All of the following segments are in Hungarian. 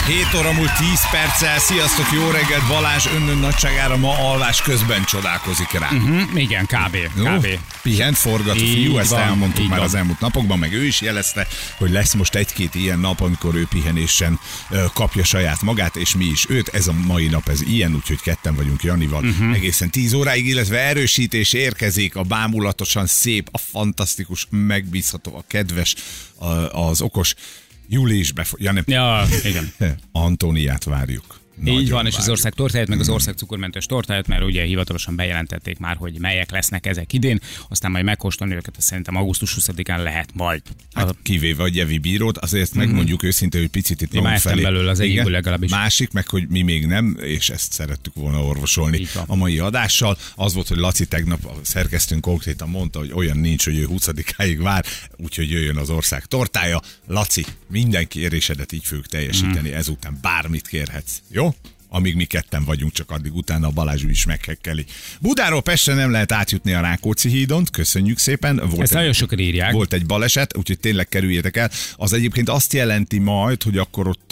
7 óra múlt 10 perccel. Sziasztok, jó reggelt. Balázs önnön nagyságára ma alvás közben csodálkozik rá. Igen, kb. Pihent, forgat a fiú, ezt elmondtuk már van. az elmúlt napokban, meg ő is jelezte, hogy lesz most egy-két ilyen nap, amikor ő pihenésen kapja saját magát, és mi is őt. Ez a mai nap, ez ilyen, úgyhogy ketten vagyunk Janival egészen 10 óráig, illetve erősítés érkezik, a bámulatosan szép, a fantasztikus, megbízható, a kedves, az okos Júli is Ja, igen. Antóniát várjuk. Nagyon Így van, és várjuk. az ország tortáját, meg az ország cukormentes tortáját, mert ugye hivatalosan bejelentették már, hogy melyek lesznek ezek idén, aztán majd megkóstolni őket, szerintem augusztus 20-án lehet majd. Hát kivéve a Gyevi bírót, azért megmondjuk őszintén, hogy picit itt Én már magunk ettem felé. belőle az Igen. egyikből legalábbis. Másik meg, hogy mi még nem, és ezt szerettük volna orvosolni Így van. a mai adással. Az volt, hogy Laci tegnap a szerkesztőnk konkrétan mondta, hogy olyan nincs, hogy ő 20-áig vár, úgyhogy jöjjön az ország tortája. Laci, minden kérésedet így fogjuk teljesíteni, ezután bármit kérhetsz. Jó? Amíg mi ketten vagyunk, csak addig utána a Balázs is meghekkeli. Budáról Pestre nem lehet átjutni a Rákóczi hídon, köszönjük szépen. Ezt nagyon sokan írják. Volt egy baleset, úgyhogy tényleg kerüljétek el. Az egyébként azt jelenti majd, hogy akkor ott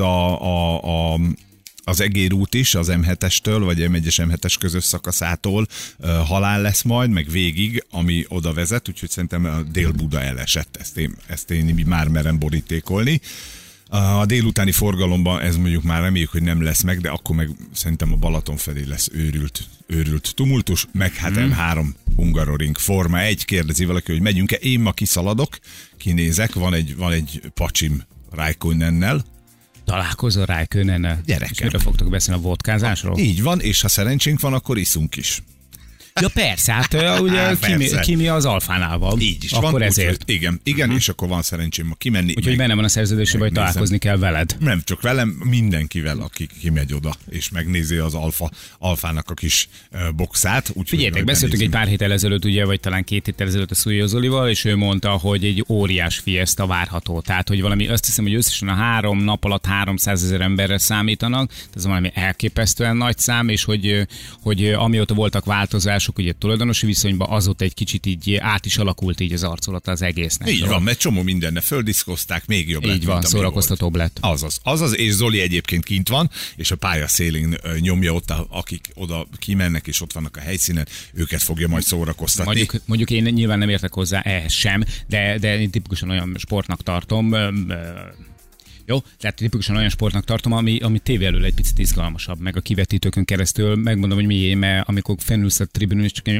az Egér út is, az M7-estől, vagy M1-es M7-es közös szakaszától halál lesz majd, meg végig, ami oda vezet, úgyhogy szerintem a Dél-Buda elesett. Ezt én már merem borítékolni. A délutáni forgalomban ez mondjuk már reméljük, hogy nem lesz meg, de akkor meg szerintem a Balaton felé lesz őrült tumultus, meg hát M3 Hungaroring Forma 1, kérdezi valaki, hogy megyünk-e, én ma kiszaladok, kinézek, van egy pacsim Räikkönennel. Találkozol Räikkönennel? Gyerekem. És mire fogtok beszélni, a vodkázásról? Így van, és ha szerencsénk van, akkor iszunk is. Ja persze, hát ugye Persze. Kimi az Alfánál van. Így is akkor van. ezért. Úgyhogy, igen, és akkor van szerencsém ma kimenni. Úgyhogy benne van a szerződésben, hogy megnézem. találkozni kell veled. Nem csak velem, mindenkivel, aki kimegy oda, és megnézi az Alfának a kis boxát. Figyeljetek, beszéltünk egy pár héttel ezelőtt, ugye, vagy talán 2 héttel ezelőtt a Szújó Zolival, és ő mondta, hogy egy óriás fiesta várható. Tehát, hogy valami, azt hiszem, hogy összesen a 3 nap alatt 300 000 emberre számítanak, ez valami elképesztően nagy szám, és hogy amióta voltak változások, ugye tulajdonosi viszonyban, azóta egy kicsit így át is alakult így az arculata az egésznek. Így van, mert csomó mindenne földiszkozták, még jobb lett, Így van, mint ami szórakoztatóbb volt. lett. Azaz, és Zoli egyébként kint van, és a pálya szélén nyomja ott, akik oda kimennek, és ott vannak a helyszínen, őket fogja majd szórakoztatni. Mondjuk én nyilván nem értek hozzá ehhez sem, de én tipikusan olyan sportnak tartom, jó, tehát tipikusan olyan sportnak tartom, ami tévé elől egy picit izgalmasabb, meg a kivetítőkön keresztül. Megmondom, hogy miért, mert amikor fennülsz a tribünön, és csak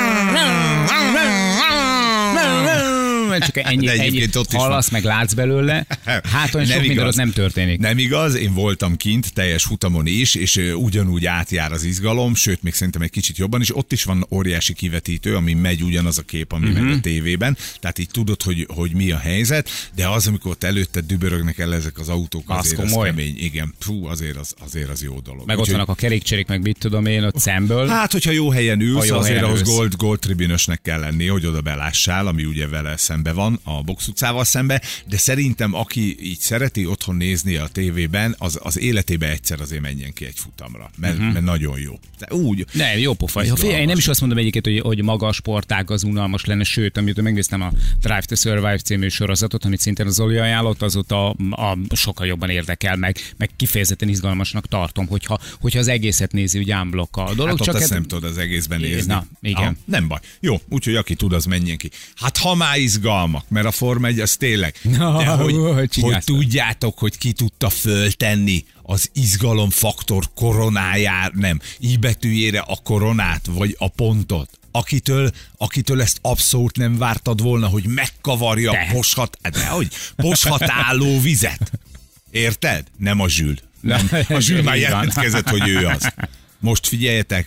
ennyi hallasz, meg látsz belőle, hát olyan sok minden ott nem történik. Nem igaz, én voltam kint teljes futamon is, és ugyanúgy átjár az izgalom, sőt, még szerintem egy kicsit jobban is. Ott is van óriási kivetítő, ami megy ugyanaz a kép, ami megy a tévében, tehát így tudod, hogy mi a helyzet, de az, amikor ott előtte dübörögnek el ezek az autók, azért az kemény. Igen, azért az jó dolog. Meg ott vannak a kerékcserék, meg mit tudom én, ott szemből. Hát, hogyha jó helyen ülsz, azért ahhoz gold tribünösnek kell lenni, hogy oda belássál, ami ugye vele szembe van, a Box utcával szembe, de szerintem aki így szereti otthon nézni a tévében, az életébe egyszer azért menjen ki egy futamra, mert nagyon jó. De úgy. Nem, jó pofa. Én nem is azt mondom egyébként, hogy maga a sportág az unalmas lenne, sőt, amit megnéztem a Drive to Survive című sorozatot, amit szintén az Zoli ajánlott, azóta sokkal jobban érdekel meg kifejezetten izgalmasnak tartom, hogyha az egészet nézi, úgy unblock a dolog. Hát csak azt nem tudod az egészben nézni. Na, igen. Nem baj. Jó, úgyhogy aki tud, az menjen ki. Hát ha már izgalmak, mert a Forma 1 az tényleg. De hogy tudjátok, hogy ki tudta föltenni az izgalomfaktor koronájára, nem, i betűjére a koronát, vagy a pontot. Akitől ezt abszolút nem vártad volna, hogy megkavarja a poshatáló vizet. Érted? Nem a Zsül. Nem. A Zsül már jelentkezett, hogy ő az. Most figyeljetek,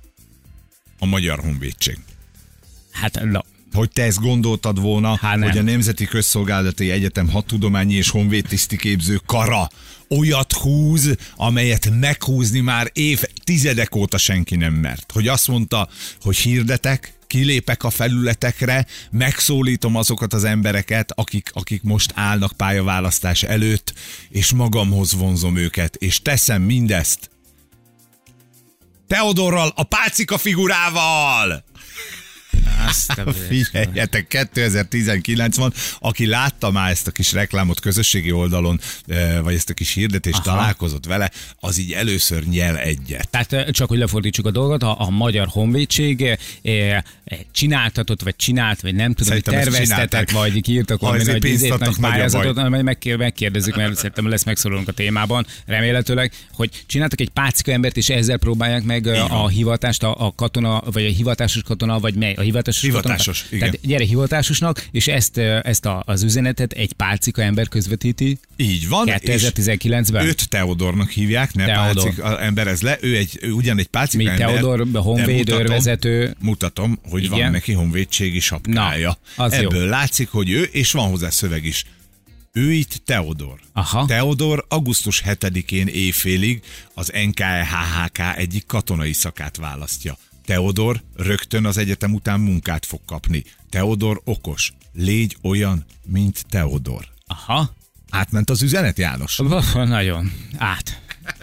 a Magyar Honvédség. Hát, na. Hogy te ezt gondoltad volna, hogy a Nemzeti Közszolgálati Egyetem hadtudományi és honvédtiszti képző kara olyat húz, amelyet meghúzni már évtizedek óta senki nem mert. Hogy azt mondta, hogy hirdetek, kilépek a felületekre, megszólítom azokat az embereket, akik most állnak pályaválasztás előtt, és magamhoz vonzom őket, és teszem mindezt Teodorral, a pálcika figurával! Figyeljetek, 2019 van, aki látta már ezt a kis reklámot közösségi oldalon, vagy ezt a kis hirdetést, találkozott vele, az így először nyel egyet. Tehát csak, hogy lefordítsuk a dolgot, a Magyar Honvédség csináltatott, vagy csinált, vagy nem tudom, hogy terveztetek, vagy kiírtak valami nagy pályázatot, megkérdezzük, mert szerintem lesz megszólalunk a témában, remélhetőleg, hogy csináltak egy pácika embert, és ezzel próbálják meg a hivatást, a katona, vagy a hivatásos katona, vagy mely? A hivatásos katona? Igen. Tehát gyere hivatásosnak, és ezt az üzenetet egy pálcika ember közvetíti. Így van. 2019-ben. Őt Teodornak hívják, ne pálcika ember ez le, ő ugyan egy pálcika ember. Teodor, honvéd őrvezető. Mutatom, hogy igen, van neki honvédségi sapkája. Ebből látszik, hogy ő, és van hozzá szöveg is. Ő itt Teodor. Aha. Teodor augusztus 7-én éjfélig az NKHHK egyik katonai szakát választja. Teodor rögtön az egyetem után munkát fog kapni. Teodor okos. Légy olyan, mint Teodor. Aha. Átment az üzenet, János? Nagyon. Át.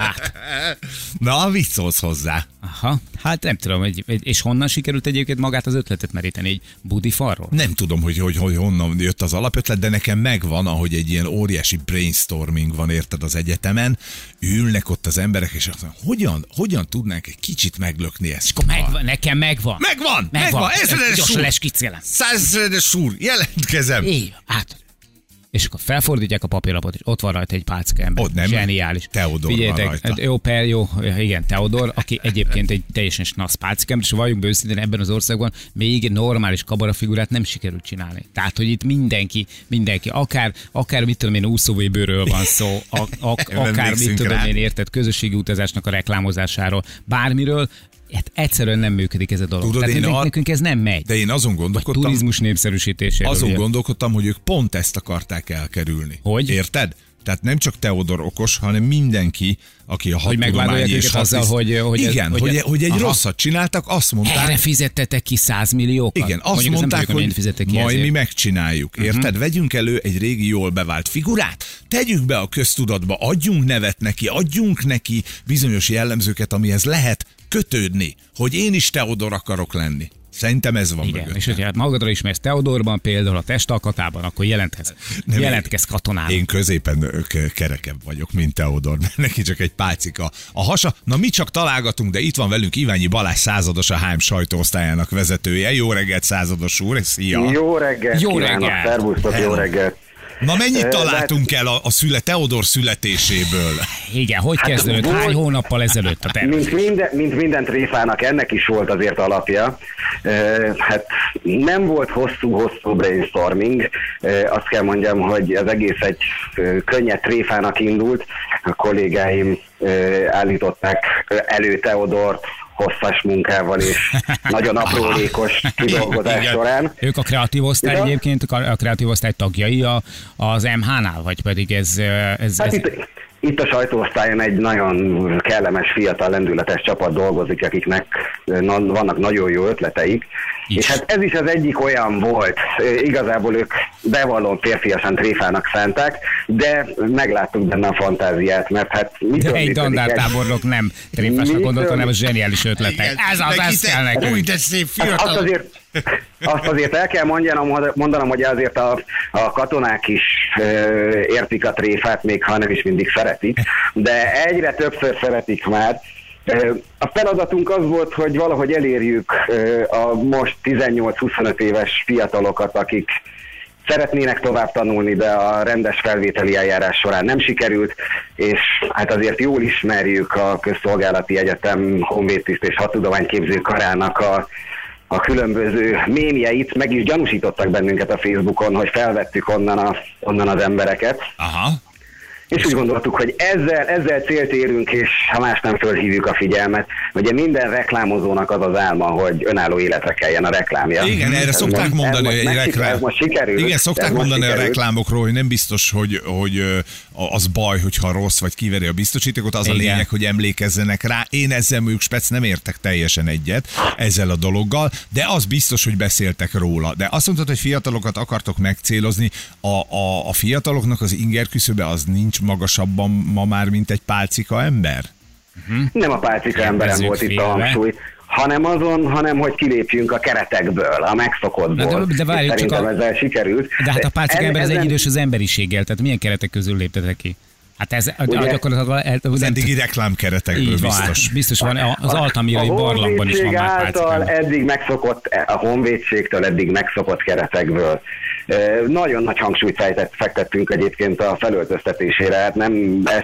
Na, mit szólsz hozzá? Aha, hát nem tudom, és honnan sikerült egyébként magát az ötletet meríteni, egy budi falról? Nem tudom, hogy honnan jött az alapötlet, de nekem megvan, ahogy egy ilyen óriási brainstorming van, érted, az egyetemen, ülnek ott az emberek, és azt mondják, hogyan tudnánk egy kicsit meglökni ezt? Nekem megvan. Megvan. Gyorsan leskiccelem. 100 úr, jelentkezem. Hát. És akkor felfordítják a papírlapot, és ott van rajta egy pálcika ember. Ott nem. Zseniális. Teodor van rajta. Jó, igen, Teodor, aki egyébként egy teljesen snasz pálcika ember, és valljuk be őszintén, ebben az országban még egy normális kabarafigurát nem sikerült csinálni. Tehát, hogy itt mindenki, akár mit tudom én, úszóvói bőről van szó, akár mit tudom én, érted, közösségi utazásnak a reklámozásáról, bármiről. Hát egyszerűen nem működik ez a dolog. Tudod, tehát nekünk ez nem megy. De én azon gondolkodtam. Turizmus népszerűsítéséről. Azon gondolkodtam, hogy ők pont ezt akarták elkerülni. Hogy? Érted? Tehát nem csak Teodor okos, hanem mindenki, aki a hadtudomány és azzal, hogy egy rosszat csináltak, azt mondták. Erre fizettetek ki 100 milliókat? Igen, azt mondták, hogy majd mi megcsináljuk. Érted? Vegyünk elő egy régi jól bevált figurát, tegyük be a köztudatba, adjunk nevet neki, adjunk neki bizonyos jellemzőket, amihez lehet kötődni, hogy én is Teodor akarok lenni. Szerintem ez van mögött. És hogyha magadra ismersz Teodorban, például a testalkatában, akkor jelentkezz katonán. Én középen kerekebb vagyok, mint Teodor, mert neki csak egy pálcika a hasa. Na, mi csak találgatunk, de itt van velünk Iványi Balázs százados, a HM sajtóosztályának vezetője. Jó reggelt, százados úr, szia! Jó reggelt! Szervusztok, jó reggelt! Na, mennyit találtunk el a Teodor születéséből? Igen, hogy kezdődött? Hány hónappal ezelőtt a terv? Mint minden tréfának, ennek is volt azért alapja. Hát nem volt hosszú brainstorming. Azt kell mondjam, hogy az egész egy könnyed tréfának indult. A kollégáim állították elő Teodort, hosszas munkával és nagyon aprólékos kidolgozás során. Ők a kreatív osztály egyébként, a kreatív osztály tagjai az MH-nál, vagy pedig ez... Itt a sajtóosztályon egy nagyon kellemes, fiatal, lendületes csapat dolgozik, akiknek vannak nagyon jó ötleteik. És hát ez is az egyik olyan volt, igazából ők bevallom férfiasan tréfának szánták, de megláttuk benne a fantáziát, mert hát... De egy dandártábornok nem tréfásnak gondolt, hanem a zseniális ötletek. Ez kell nekünk. Úgy, de szép fiatal. Azt azért el kell mondanom, hogy azért a katonák is értik a tréfát, még ha nem is mindig szeretik, de egyre többször szeretik már. A feladatunk az volt, hogy valahogy elérjük a most 18-25 éves fiatalokat, akik szeretnének tovább tanulni, de a rendes felvételi eljárás során nem sikerült, és hát azért jól ismerjük a Közszolgálati Egyetem honvédtiszt és hadtudományképző karának a különböző mémjeit, meg is gyanúsítottak bennünket a Facebookon, hogy felvettük onnan az embereket. Aha. És úgy gondoltuk, hogy ezzel célt érünk, és ha más nem, fölhívjuk a figyelmet. Ugye minden reklámozónak az az álma, hogy önálló életre keljen a reklámja. Igen, erre szokták mondani, hogy ez most sikerül. Igen, szokták mondani a reklámokról, hogy nem biztos, hogy az baj, hogyha rossz, vagy kiveri a biztosítékot, az igen. A lényeg, hogy emlékezzenek rá. Én ezzel mondjuk spec nem értek teljesen egyet ezzel a dologgal, de az biztos, hogy beszéltek róla. De azt mondtad, hogy fiatalokat akartok megcélozni. A fiataloknak az inger küszöbe az nincs magasabban ma már, mint egy pálcika ember? Nem a pálcika emberem volt itt a hangsúly, hanem hogy kilépjünk a keretekből, a megszokottból. De várjuk, szerintem ezzel sikerült. De hát a Pácika ember az egyidős az emberiséggel, tehát milyen keretek közül léptetek ki? Hát ez gyakorlatilag az eddigi reklámkeretekből biztos. Biztos van, az Altamirai barlangban is van már Pácika. Eddig megszokott, a honvédségtől eddig megszokott keretekből. Nagyon nagy hangsúlyt fektettünk egyébként a felöltöztetésére, hát nem el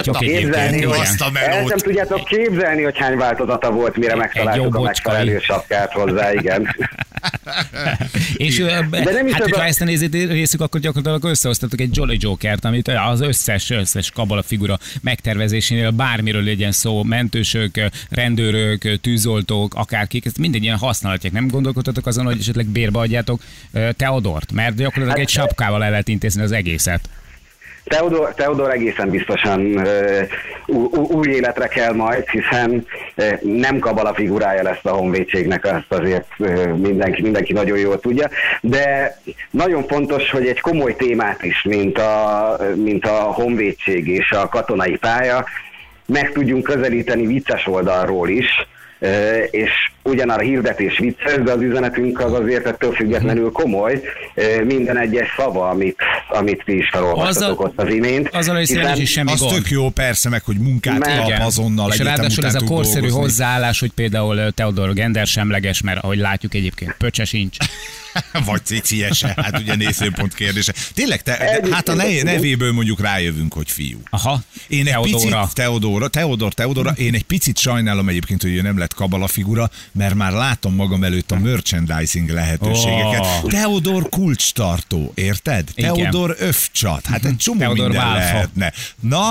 sem tudjátok képzelni, hogy hány változata volt, mire megtaláltuk a megfelelő sapkát hozzá, igen. És hát ha ezt a részük, akkor gyakorlatilag összehoztatok egy Jolly Jokert, amit az összes kabala figura megtervezésénél bármiről legyen szó, mentősök, rendőrök, tűzoltók, akárkik, ezt minden ilyen használhatják. Nem gondolkodtatok azon, hogy esetleg bérbe adjátok Teodort? Mert gyakorlatilag egy sapkával el lehet intézni az egészet. Teodor egészen biztosan új életre kell majd, hiszen nem kabala figurája lesz a honvédségnek, azt azért mindenki nagyon jól tudja, de nagyon fontos, hogy egy komoly témát is, mint a honvédség és a katonai pálya, meg tudjunk közelíteni vicces oldalról is, és ugyanarra hirdetés vicces, de az üzenetünk az azért ettől függetlenül komoly, minden egyes szava, amit ti is felolvastatok ott az imént. Azzal is semmi az gond. Tök jó, persze, meg hogy munkát kap azonnal. És ráadásul ez a korszerű hozzáállás, hogy például Teodor gendersemleges, mert ahogy látjuk egyébként pöcse sincs. Vagy cicie, hát ugye nézőpont kérdése. Tényleg, hát a nevéből mondjuk rájövünk, hogy fiú. Aha, én egy picit, Teodora, én egy picit sajnálom egyébként, hogy ő nem lett kabala figura, mert már látom magam előtt a merchandising lehetőségeket. Oh. Teodor kulcstartó, érted? Igen. Teodor övcsat, hát egy csomó Teodor minden válfa lehetne. Na?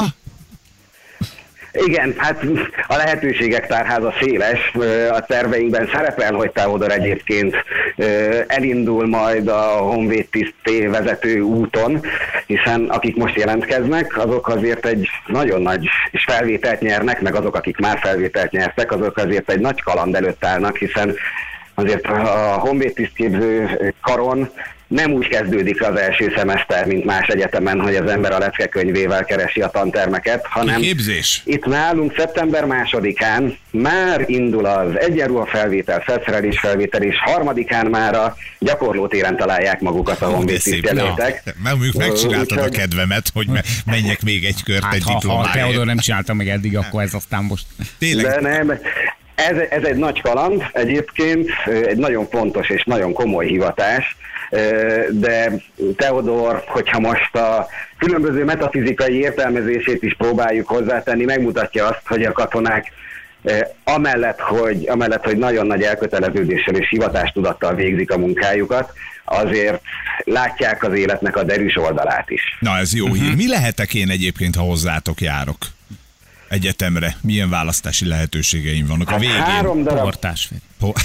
Igen, hát a lehetőségek tárháza széles. A terveinkben szerepel, hogy Teodor egyébként elindul majd a honvédtiszté vezető úton, hiszen akik most jelentkeznek, azok azért egy nagyon nagy és felvételt nyernek, meg azok, akik már felvételt nyertek, azok azért egy nagy kaland előtt állnak, hiszen azért a honvédtisztképző karon nem úgy kezdődik az első szemeszter, mint más egyetemen, hogy az ember a leckekönyvével keresi a tantermeket, hanem itt nálunk szeptember 2-án már indul az egyenruha felvétel, felszerelés felvétel, és 3-án már a gyakorlótéren találják magukat a honvédtisztjelöltek. Mondjuk megcsináltad a kedvemet, hogy menjek még egy kört egy diplomáért. Ha Teodor nem csinálta meg eddig, akkor ez aztán most... Tényleg? De nem, ez egy nagy kaland egyébként, egy nagyon fontos és nagyon komoly hivatás, de Teodor, hogyha most a különböző metafizikai értelmezését is próbáljuk hozzátenni, megmutatja azt, hogy a katonák amellett, hogy nagyon nagy elköteleződéssel és hivatástudattal végzik a munkájukat, azért látják az életnek a derűs oldalát is. Na, ez jó hír. Mi lehetek én egyébként, ha hozzátok járok egyetemre? Milyen választási lehetőségeim vannak a végén? 3 darab. Portásfér.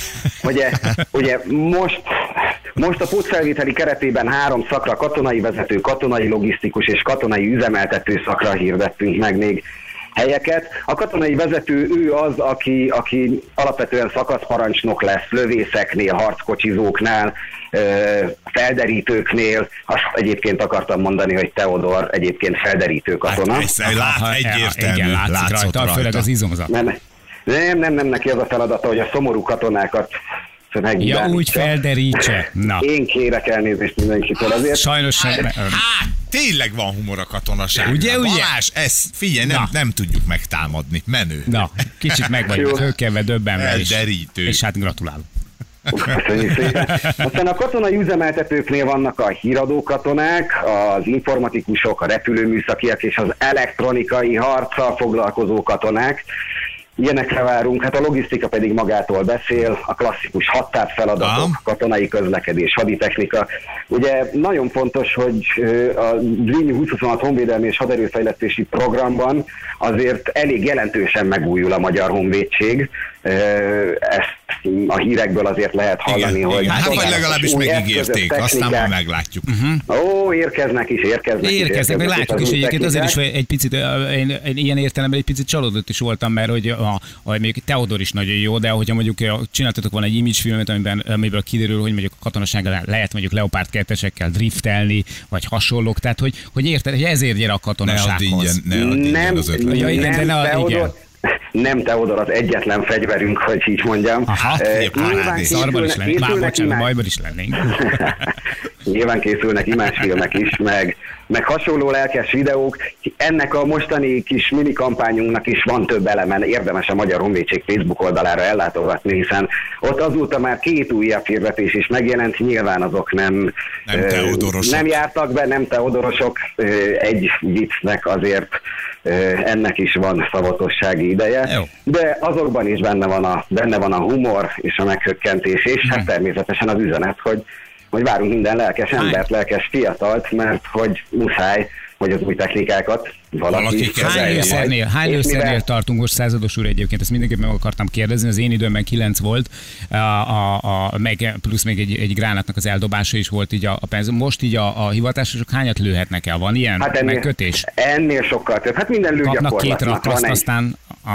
Ugye most a pótfelvételi keretében 3 szakra, katonai vezető, katonai logisztikus és katonai üzemeltető szakra hirdettünk meg még helyeket. A katonai vezető ő az, aki alapvetően szakaszparancsnok lesz lövészeknél, harckocsizóknál, felderítőknél. Azt egyébként akartam mondani, hogy Teodor egyébként felderítő katona. Hát egyértelmű, látszott rajta. Főleg az izomzat. Nem neki az a feladata, hogy a szomorú katonákat ja, úgy felderítse. Na. Én kérek elnézést mindenkitől azért. Sajnos sem. Tényleg van humor a katonaságban. Ugye? Balázs, ezt figyelj, nem tudjuk megtámadni. Menő. Na, kicsit meg vagyunk hőkelve, döbbenve is. Elderítő. És hát gratulálok. Köszönjük szépen. Aztán a katonai üzemeltetőknél vannak a híradó katonák, az informatikusok, a repülőműszakiak és az elektronikai harccal foglalkozó katonák. Ilyenekre várunk, hát a logisztika pedig magától beszél, a klasszikus hadtávfeladatok, katonai közlekedés, haditechnika. Ugye nagyon fontos, hogy a Zrínyi 2026 honvédelmi és haderőfejlesztési programban azért elég jelentősen megújul a magyar honvédség. Ezt a hírekből azért lehet hallani, hogy... Hát vagy legalábbis megígérték, aztán majd meglátjuk. Ó, érkeznek is. Érkeznek, meg látjuk is egyébként azért is, hogy egy picit, én ilyen értelemben egy picit csalódott is voltam, mert hogy mondjuk Teodor is nagyon jó, de hogyha mondjuk csináltatok volna egy image filmet, amiből kiderül, hogy mondjuk a katonasággal lehet mondjuk Leopard 2-esekkel driftelni, vagy hasonlók, tehát hogy érted, hogy ezért gyere a katonasághoz. Nem, nem Teodor az egyetlen fegyverünk, hogy így mondjam. Aha, szarban is lennénk. Bocsánat, bajban is lennénk. Nyilván készülnek imásfilmek is, meg hasonló lelkes videók. Ennek a mostani kis mini kampányunknak is van több elemen, érdemes a Magyar Honvédség Facebook oldalára ellátogatni, hiszen ott azóta már 2 újabb hirdetés is megjelent, nyilván azok nem jártak be, nem teodorosok, egy viccnek azért ennek is van szavatossági ideje, jó. De azokban is benne van a humor és a meghökkentés, és hát természetesen az üzenet, hogy várunk minden lelkes embert, lelkes fiatalt, mert hogy muszáj, hogy az új technikákat valaki Hány lőszernél tartunk most, Százados úr, egyébként? Ezt mindenképpen meg akartam kérdezni. Az én időmben 9 volt, meg plusz még egy gránátnak az eldobása is volt így a pénz. Most így a hivatásosok hányat lőhetnek el? Van ilyen megkötés? Ennél sokkal több. Hát minden lőgyakorlatnak kapnak 2 raklaszt, aztán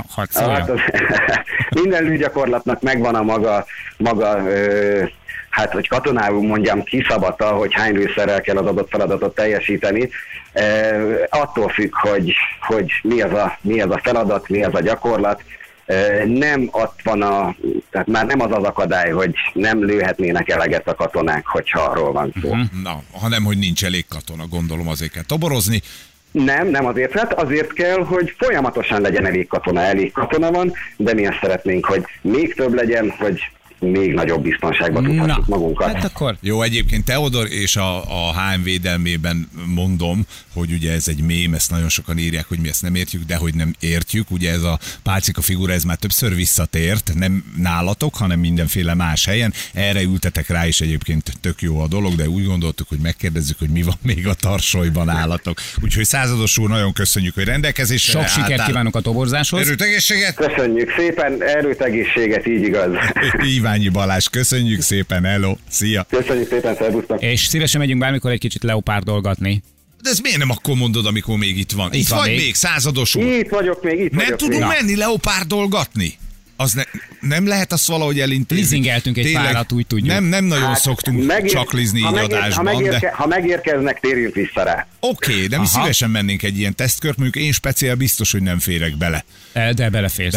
minden lőgyakorlatnak megvan a maga hát, hogy katonául mondjam, kiszabata, hogy hány lőszerrel kell az adott feladatot teljesíteni. Attól függ, hogy mi az a feladat, mi az a gyakorlat. Nem ott van tehát már nem az akadály, hogy nem lőhetnének eleget a katonák, hogyha arról van szó. Na, hanem, hogy nincs elég katona, gondolom azért kell toborozni. Nem azért. Hát azért kell, hogy folyamatosan legyen elég katona van, de mi azt szeretnénk, hogy még több legyen, hogy még nagyobb biztonságba tudhatjuk magunkat. Hát akkor... Jó, egyébként Teodor és a HM védelmében mondom, hogy ugye ez egy mém, ezt nagyon sokan írják, hogy mi ezt nem értjük, de hogy nem értjük. Ugye ez a pálcika figura, ez már többször visszatért, nem nálatok, hanem mindenféle más helyen. Erre ültetek rá is, egyébként tök jó a dolog, de úgy gondoltuk, hogy megkérdezzük, hogy mi van még a tarsolyban állatok. Úgyhogy Százados úr, nagyon köszönjük, hogy rendelkezésre álltál. Sok sikert kívánok a toborzáshoz. Erőt, egészséget! Köszönjük szépen, erőt, egészséget, így igaz. Iványi Balázs, köszönjük szépen, hello, szia! Köszönjük szépen, szervusztok! És szívesen megyünk bármikor egy kicsit leopárdolgatni. De ez miért nem akkor mondod, amikor még itt van? Itt vagy még, Százados úr? Itt vagyok még. Nem tudunk menni leopárdolgatni? Az nem lehet azt valahogy elintézni? Leasingeltünk egy párat, úgy tudjuk. Nem nagyon szoktunk csaklizni így adásban. Ha megérkeznek, térjünk vissza rá. Oké, de mi szívesen mennénk egy ilyen tesztkört, mondjuk én speciál biztos, hogy nem férek bele. De beleférsz.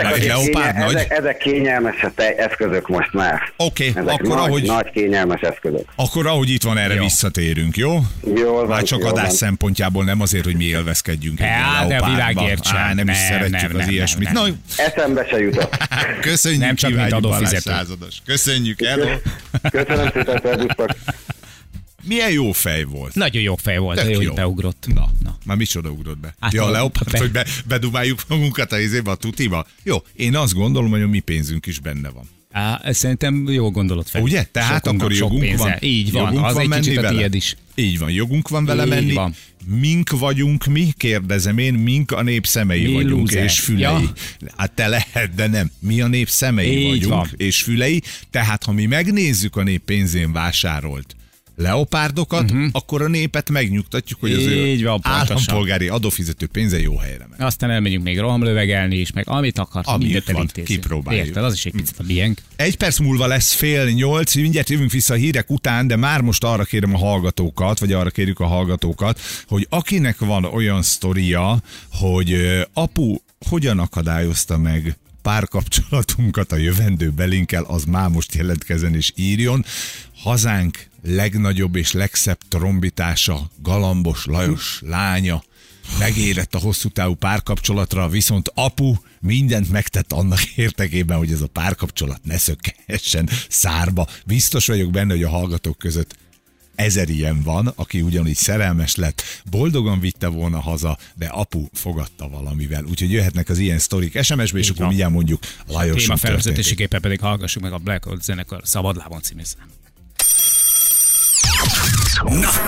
Ezek kényelmes eszközök most már. Oké, akkor nagy kényelmes eszközök. Akkor ahogy itt van, erre visszatérünk, jó? Jól van. Már csak adás szempontjából, nem azért, hogy mi élvezkedjünk egy de a világért sem. Nem is szeretjük az ilyesmit. Eszembe se jutott. Köszönjük, nem csak mint adófizető. Köszönjük, hello. Köszönöm szépen, szervusztok. Milyen jó fej volt. Nagyon jó fej volt, jó, hogy beugrott. Na. Már micsoda ugrott be? Hát a leopárt, hogy bedumáljuk magunkat a izébe, a tutiba? Jó, én azt gondolom, hogy a mi pénzünk is benne van. Szerintem jó gondolod fel. Ugye? Tehát akkor jogunk van. Így van, az egy kicsit a tiéd is. Így van, jogunk van vele menni. Van. Mink vagyunk mi? Kérdezem én, mink a nép szemei mi vagyunk lúzer. És fülei. Ja. Hát te lehet, de nem. Mi a nép szemei így vagyunk van. És fülei. Tehát ha mi megnézzük a nép pénzén vásárolt leopárdokat, akkor a népet megnyugtatjuk, hogy az ő állampolgári adófizető pénze jó helyre megy. Aztán elmegyünk még rohamlövegelni is, meg amit akar, mindent elintézünk. Kipróbáljuk. Érted, az is egy picit a miénk. 1 perc múlva lesz 7:30, mindjárt jövünk vissza a hírek után, de már most arra kérem a hallgatókat, vagy arra kérjük a hallgatókat, hogy akinek van olyan sztoria, hogy apu hogyan akadályozta meg párkapcsolatunkat a jövendő belinkkel, az már most jelentkezzen és írjon. Hazánk legnagyobb és legszebb trombitása, Galambos Lajos lánya megérett a hosszú távú párkapcsolatra, viszont apu mindent megtett annak érdekében, hogy ez a párkapcsolat ne szökhessen szárba. Biztos vagyok benne, hogy a hallgatók között 1000 ilyen van, aki ugyanígy szerelmes lett, boldogan vitte volna haza, de apu fogadta valamivel. Úgyhogy jöhetnek az ilyen sztorik SMS-be, és akkor mindjárt mondjuk Lajos. Téma felvezetéséképpen pedig hallgassuk meg a Black Hole zenekar Szabadlábon című szám.